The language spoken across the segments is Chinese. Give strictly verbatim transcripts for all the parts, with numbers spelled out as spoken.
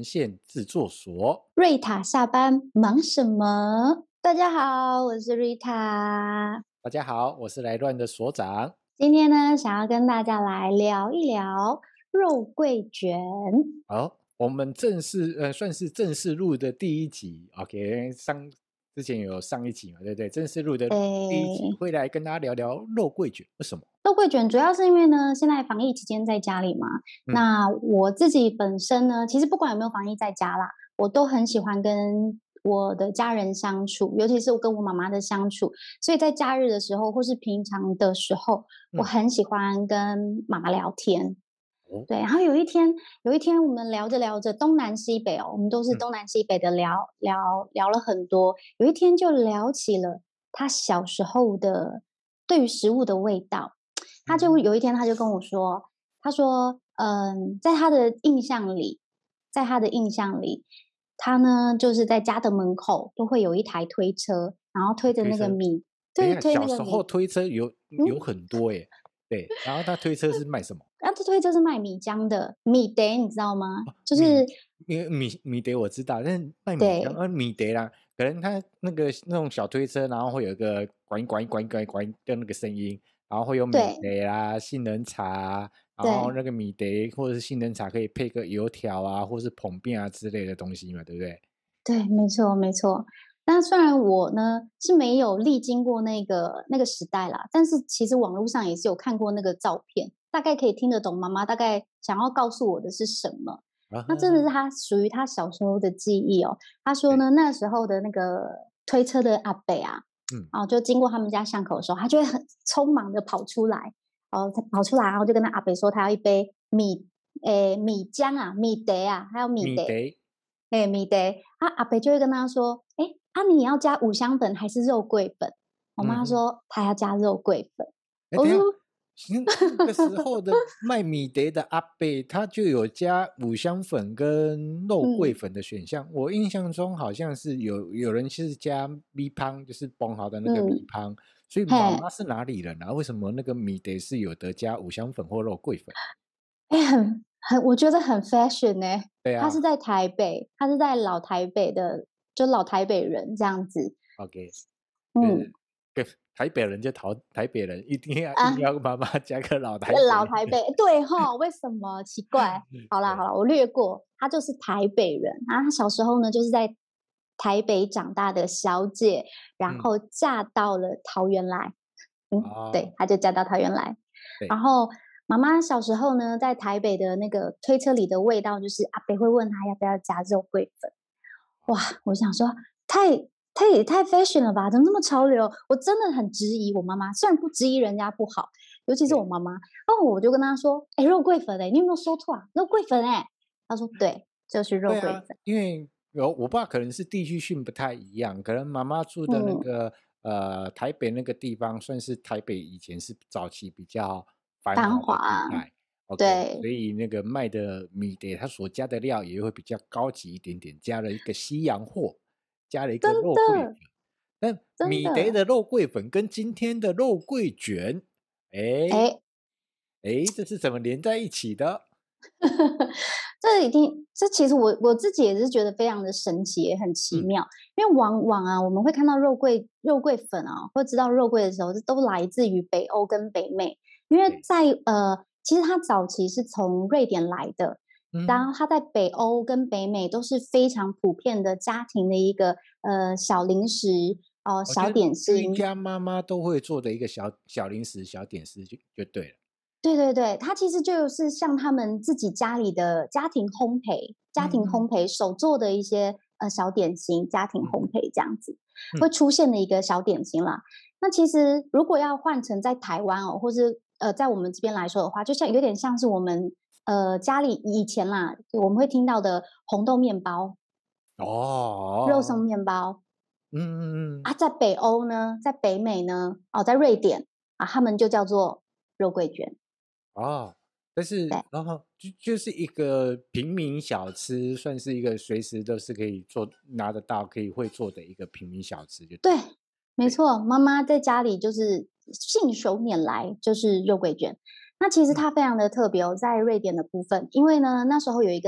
线制作所。 瑞塔下班忙什么？大家好，我是瑞塔。 大家好，我是来乱的所长。 今天呢，想要跟大家来聊一聊肉桂卷。 好，我们正式呃算是正式录的第一集 ，OK， 上之前有上一集嘛，对不对？正式录的第一集会来跟大家聊聊肉桂卷。为什么？ 肉桂卷主要是因为呢，现在防疫期间在家里嘛。嗯、那我自己本身呢，其实不管有没有防疫在家啦，我都很喜欢跟我的家人相处，尤其是我跟我妈妈的相处。所以在假日的时候，或是平常的时候，我很喜欢跟妈妈聊天。嗯、对，然后有一天，有一天我们聊着聊着，东南西北哦，我们都是东南西北的聊、嗯、聊聊了很多。有一天就聊起了他小时候的对于食物的味道。他就有一天，他就跟我说，他说，嗯，在他的印象里，在他的印象里，他呢就是在家的门口都会有一台推车，然后推着那个米， 对， 推那个米。 小时候推车有有很多耶，嗯、对，然后他推车是卖什么？ 然后他推车是卖米浆的，米得你知道吗？哦、就是米米米得我知道，但是卖米浆，而米得啦，可能他那个那种小推车，然后会有一个管管管管管的那个声音。然后会有米德啊、杏仁茶啊，然后那个米德或者是杏仁茶可以配个油条啊，或是膨饼啊之类的东西嘛，对不对？ 对，没错没错。那虽然我呢是没有历经过那个那个时代啦，但是其实网络上也是有看过那个照片，大概可以听得懂妈妈大概想要告诉我的是什么。啊、那真的是他属于他小时候的记忆哦。他说呢，那时候的那个推车的阿伯啊。嗯，哦，就经过他们家巷口的时候，他就会很匆忙的跑出来，哦，他跑出来，然后就跟他阿伯说，他要一杯米，诶，米浆啊，米德啊，还有米德，诶，米德，啊，阿伯就会跟他说，诶，啊，你要加五香粉还是肉桂粉？我妈说她要加肉桂粉， 我说。那个时候的卖米德的阿伯，他就有加五香粉跟肉桂粉的选项。嗯、我印象中好像是有有人是加米汤，就是崩好的那个米汤。嗯、所以妈妈是哪里人啊？为什么那个米德是有得加五香粉或肉桂粉？ 哎、欸，很很，我觉得很 fashion 呢、欸。 对啊， 他是在台北，他是在老台北的，就老台北人这样子。 OK， 嗯。台北人就台台北人，一定要、啊、硬要妈妈加个老台北。 老台北，对齁，为什么？奇怪。好啦好啦，我略过。他就是台北人，然后他小时候呢，就是在台北长大的小姐，然后嫁到了桃园来。嗯，嗯对，他就嫁到桃园来。然后妈妈小时候呢，在台北的那个推车里的味道，就是阿伯会问他要不要加肉桂粉。哇，我想说，太。他也太 fashion 了吧？怎么那么潮流？我真的很质疑我妈妈，虽然不质疑人家不好，尤其是我妈妈。然后我就跟她说：“哎、欸，肉桂粉哎、欸，你有没有说错啊？肉桂粉哎、欸。”她说：“对，就是肉桂粉。啊” 因为有我爸可能是地区性不太一样，可能妈妈住的那个、嗯、呃台北那个地方，算是台北以前是早期比较繁华的地带。Okay, 对，所以那个卖的米的，它所加的料也会比较高级一点点，加了一个西洋货。加了一个肉桂粉，那米德的肉桂粉跟今天的肉桂卷，哎哎哎，这是怎么连在一起的？ 这一定，这其实我我自己也是觉得非常的神奇，也很奇妙。嗯、因为往往啊，我们会看到肉桂肉桂粉啊，或知道肉桂的时候，这都来自于北欧跟北美，因为在呃，其实它早期是从瑞典来的。然后它在北欧跟北美都是非常普遍的家庭的一个呃小零食哦、呃、小点心， 居家妈妈都会做的一个小小零食小点心就就对了。 对对对，它其实就是像他们自己家里的家庭烘焙、家庭烘焙手做的一些呃小点心，家庭烘焙这样子、嗯、会出现的一个小点心啦。那其实如果要换成在台湾哦，或是呃在我们这边来说的话，就像有点像是我们。呃，家里以前啦，我们会听到的红豆面包， 哦， 肉松面包， 嗯嗯嗯， 啊，在北欧呢，在北美呢，哦，在瑞典啊，他们就叫做肉桂卷。 哦，但是然后就就是一个平民小吃，算是一个随时都是可以做拿得到、可以会做的一个平民小吃就对， 对，没错，妈妈在家里就是信手拈来就是肉桂卷。那其实它非常的特别哦，在瑞典的部分，因为呢那时候有一个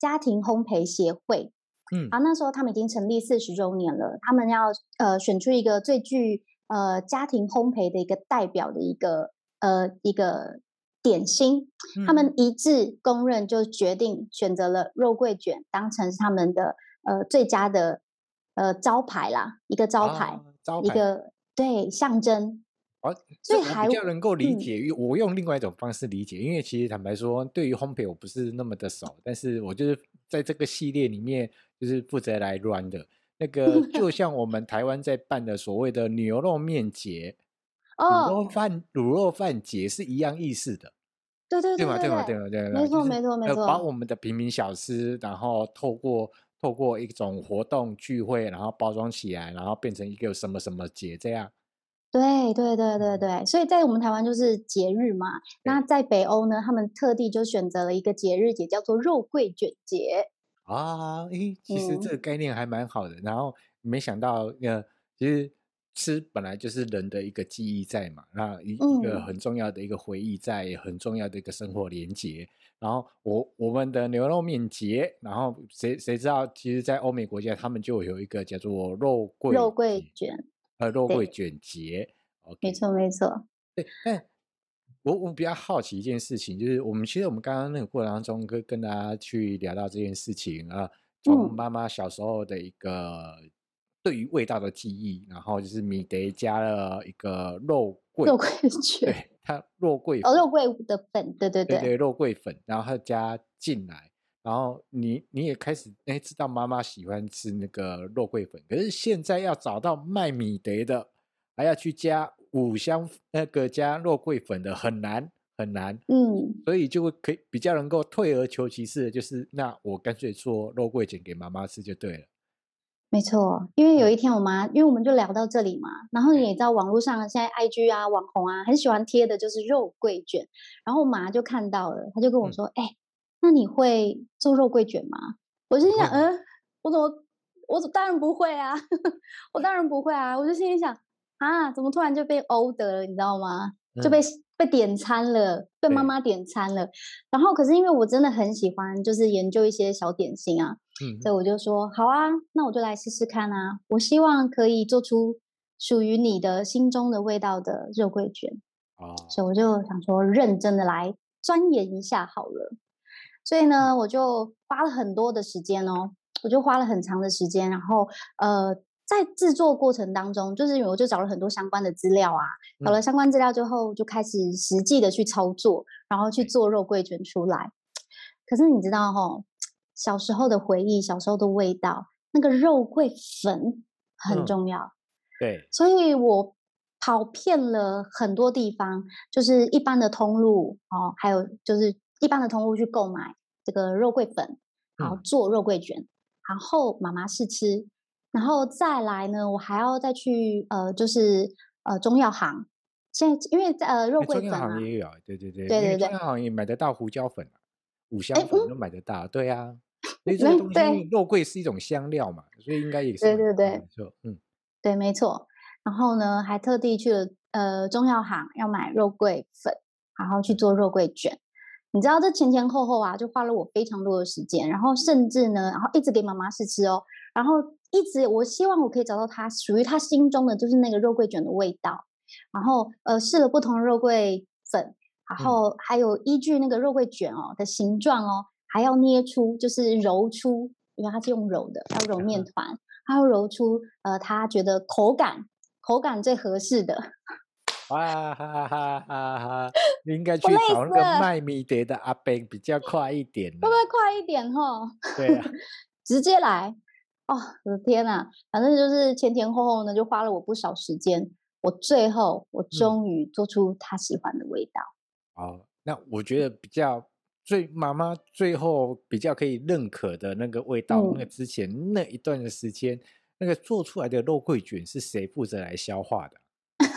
家庭烘焙协会。 嗯， 然后那时候他们已经成立四十周年了，他们要呃选出一个最具呃家庭烘焙的一个代表的一个呃一个点心，他嗯， 们一致公认就决定选择了肉桂卷当成是他们的呃最佳的呃招牌啦，一个招牌， 啊，招牌。 一个对象征， 哦，这我比所以还较能够理嗯解，因为我用另外一种方式理解，因为其实坦白说，对于烘焙我不是那么的熟，但是我就是在这个系列里面，就是负责来 run 的。那个就像我们台湾在办的所谓的牛肉面节、卤哦， 肉饭、卤肉饭节是一样意思的， 对对对吗？对吗？ 对对对， 对吗？对吗？就是没错没错没呃，把错， 我们的平民小吃，然后透过透过一种活动聚会，然后包装起来，然后变成一个什么什么节这样。 对对对对嗯， 对，所以在我们台湾就是节日嘛，那对。 在北欧呢，他们特地就选择了一个节日，也叫做肉桂卷节。 啊，诶，其实这嗯个概念还蛮好的。然后没想到，呃，其实吃本来就是人的一个记忆在嘛，那一一个嗯， 很重要的一个回忆在，也很重要的一个生活连结。然后我我们的牛肉面节，然后谁谁知道，其实，在欧美国家他们就有一个叫做肉肉桂节， 桂卷， 呃，肉桂对， 卷节。 没 OK， 错没错。 对，但我我比较好奇一件事情，就是我们其实我们刚刚那个过程当中跟跟大家去聊到这件事情啊，从嗯， 妈妈小时候的一个对于味道的记忆，然后就是米德加了一个肉桂， 肉桂卷， 对，它肉桂哦， 粉， 肉桂的粉，对对对， 对对，肉桂粉，然后它加进来，然后你你也开始哎知道妈妈喜欢吃那个肉桂粉，可是现在要找到卖米德的，还要去加五香那个加肉桂粉的很难很难， 嗯。 所以就会可以比较能够退而求其次的，就是那我干脆做肉桂卷给妈妈吃就对了。 没错，因为有嗯， 一天我妈，因为我们就聊到这里嘛，然后你对， 也知道网络上现在 I G 啊、网红啊，很喜欢贴的就是肉桂卷，然后我妈就看到了，她就跟我嗯， 说：“哎、那你会做肉桂卷吗？”我心里想， 你会吗？ 嗯，我怎么，我怎当然不会啊，我当然不会啊，我就心里想，啊，怎么突然就被 order 了，你知道吗？就被嗯， 被点餐了，被妈对， 妈点餐了。然后可是因为我真的很喜欢，就是研究一些小点心啊，所以嗯嗯， 我就说好啊，那我就来试试看啊！我希望可以做出属于你的心中的味道的肉桂卷， 哦， 所以我就想说认真的来钻研一下好了。所以嗯， 呢，我就花了很多的时间哦，我就花了很长的时间，然后呃，在制作过程当中，就是我就找了很多相关的资料啊，找嗯， 了相关资料之后，就开始实际的去操作，然后去对， 做肉桂卷出来。可是你知道哈，小时候的回忆，小时候的味道，那个肉桂粉很嗯， 重要， 对， 所以我跑遍了很多地方，就是一般的通路哦，还有就是一般的通路去购买这个肉桂粉，然后嗯， 做肉桂卷，然后妈妈试吃，然后再来呢，我还要再去呃，就是呃中药行，现在因为呃肉哎，中药桂粉啊， 行也有，对对对，因为对对对， 中药行也买得到胡椒粉啊，五哎香粉都嗯， 买得到，对啊。所以这个那东西，因为对肉桂是一种香料嘛，所以应该也是对买得到，没对对， 错，嗯， 对，没错。然后呢，还特地去了呃中药行要买肉桂粉，然后去嗯， 做肉桂卷。你知道这前前后后啊，就花了我非常多的时间，然后甚至呢，然后一直给妈妈试吃哦，然后一直我希望我可以找到她属于她心中的就是那个肉桂卷的味道。然后呃试了不同的肉桂粉，然嗯， 后还有依据那个肉桂卷哦的形状哦，还要捏出就是揉出，因为它是用揉的，要揉面团。他会揉出呃他觉得口感口感最合适的。 哇哈哈哈哈！你应该我累去找那个死了，会卖米得的阿伯比较快一点不会啦。 快一点吼？ 对啊， 直接来。哦，我的天呐，反正就是前前后后呢，就花了我不少时间。我最后我嗯， 终于做出他喜欢的味道。 好，那我觉得比较最妈妈最后比较可以认可的那个味道，那个嗯， 之前那一段的时间，那个做出来的肉桂卷是谁负责来消化的？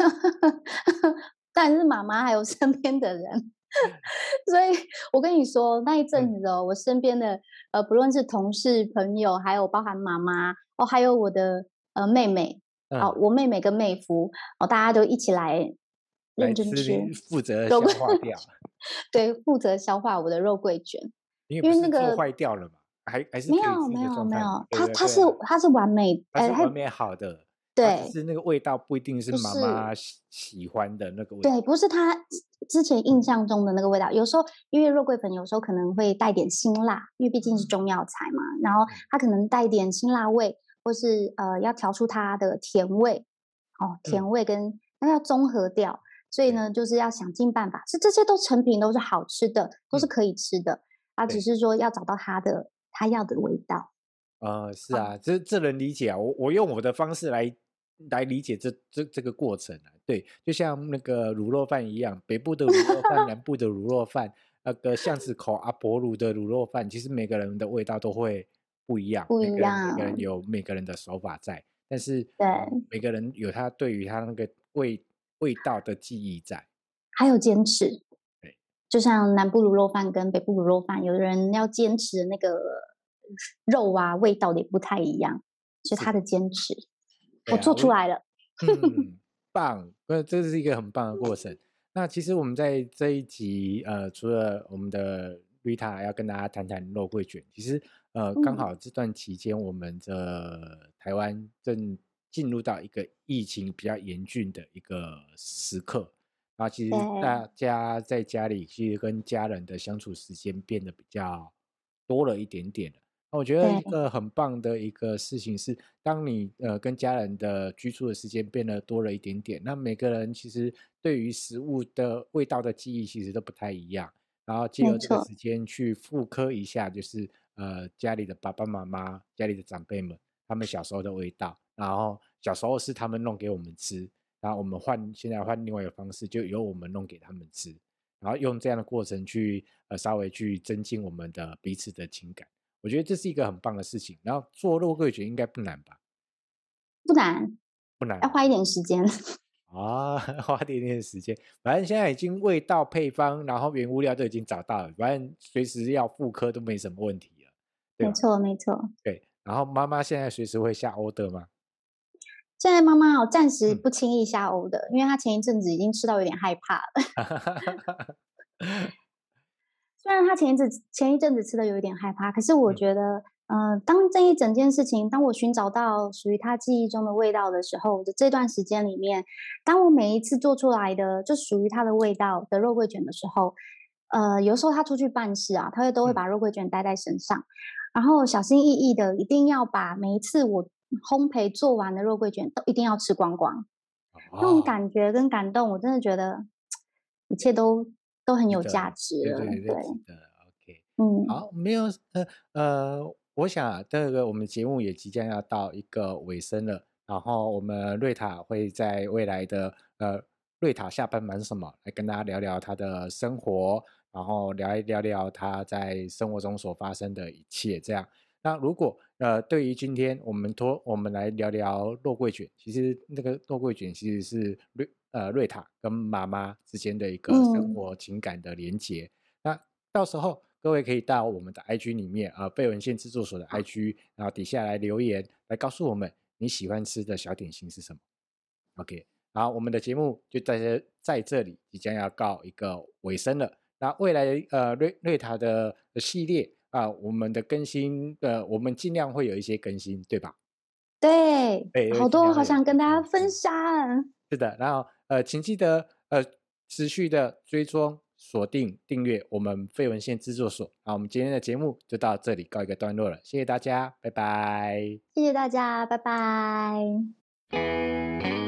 但是妈妈还有身边的人。所以我跟你说，那一阵嗯子哦，我身边的呃，不论是同事、朋友，还有包含妈妈哦，还有我的呃妹妹哦， 嗯， 我妹妹跟妹夫哦，大家都一起来认真来吃吃你负责肉桂， 消化掉， 对，负责消化我的肉桂卷， 因为不因为那个是做坏掉了嘛。 还还是没可以吃有没有的状态嘛， 没有， 对它它是对对啊， 它是完美，呃，它它是完美好的，它只对， 是那个味道不一定是不妈妈是喜喜欢的那个味对， 道。 不是它之前印象中的那个味道。有时候因为肉桂粉有时候可能会带点辛辣，因为毕竟是嗯中药材嘛，然后嗯它可能带一点辛辣味，或是呃要调出它的甜味，哦， 嗯， 甜味跟那要综合掉。所以对， 呢，就是要想尽办法，是这些都成品都是好吃的，都是嗯可以吃的，啊，只对。 是说要找到它的它要的味道。 呃，是哦， 啊，这这能理解啊。我我用我的方式来来理解这这这个过程啊。对，就像那个卤肉饭一样，北部的卤肉饭，南部的卤肉饭，那个巷子口阿婆卤的卤肉饭，其实每个人的味道都会不一样， 不一每个人每个人样， 有每个人的手法在，但是呃， 对， 每个人有他对于他那个味味道的记忆在。 还有坚持。 对就像南部卤肉饭跟北部卤肉饭，有的人要坚持的那个肉啊，味道也不太一样，就是的， 他的坚持，我对啊，我做出来了。 嗯，棒，那这是一个很棒的过程。那其实我们在这一集，呃，除了我们的 Rita 要跟大家谈谈肉桂卷，其实呃，刚嗯， 好这段期间，我们的台湾正进入到一个疫情比较严峻的一个时刻，然后其实对， 大家在家里其实跟家人的相处时间变得比较多了一点点了。那我觉得一对， 个很棒的一个事情是，当你呃跟家人的居住的时间变得多了一点点，那每个人其实对于食物的味道的记忆其实都不太一样。然后借由这个没错， 时间去复刻一下，就是呃家里的爸爸妈妈、家里的长辈们他们小时候的味道，然后小时候是他们弄给我们吃，然后我们换现在换另外一个方式，就由我们弄给他们吃，然后用这样的过程去呃稍微去增进我们的彼此的情感。我觉得这是一个很棒的事情。然后做肉桂卷应该不难吧？ 不难， 不难嘛， 要花一点时间。 啊，花点点时间，反正现在已经味道、配方，然后原物料都已经找到了，反正随时要复刻都没什么问题了，对吧？ 没错，没错。 对，然后妈妈现在随时会下 order 吗？ 现在妈妈哦，暂时嗯， 不轻易下欧的，因为她前一阵子已经吃到有点害怕了。虽然他前一阵前一阵子吃的有一点害怕，可是我嗯觉得，呃，当这一整件事情，当我寻找到属于他记忆中的味道的时候的这段时间里面，当我每一次做出来的就属于他的味道的肉桂卷的时候，呃，有时候他出去办事啊，他会都会嗯， 把肉桂卷带在身上，然后小心翼翼的，一定要把每一次我烘焙做完的肉桂卷都一定要吃光光。那种哦， 感觉跟感动，我真的觉得一切都都很有价值得， 值了。 对对对， 对， 值得，OK。 嗯， 好，没有，呃呃，我想啊，这个我们节目也即将要到一个尾声了，然后我们瑞塔会在未来的呃瑞塔下班忙什么，来跟大家聊聊他的生活，然后聊一聊聊他在生活中所发生的一切，这样。那如果呃对于今天我们托我们来聊聊肉桂卷，其实那个肉桂卷其实是瑞呃瑞塔跟妈妈之间的一个生嗯， 活情感的连结。那到时候各位可以到我们的 I G 里面啊，贝文献制作所的 I G，然后底下来留言，来告诉我们你喜欢吃的小点心是什么。OK，好，我们的节目就在这在这里即将要告一个尾声了。那未来呃瑞瑞塔的系列啊，我们的更新呃，我们尽量会有一些更新，对吧？ 对， 对，会好多好尽量会有一想跟大家些更新。 分享。 是的，然后呃，请记得呃持续的追踪、锁定、订阅我们废文献制作所。那我们今天的节目就到这里告一个段落了，谢谢大家，拜拜。 谢谢大家，拜拜。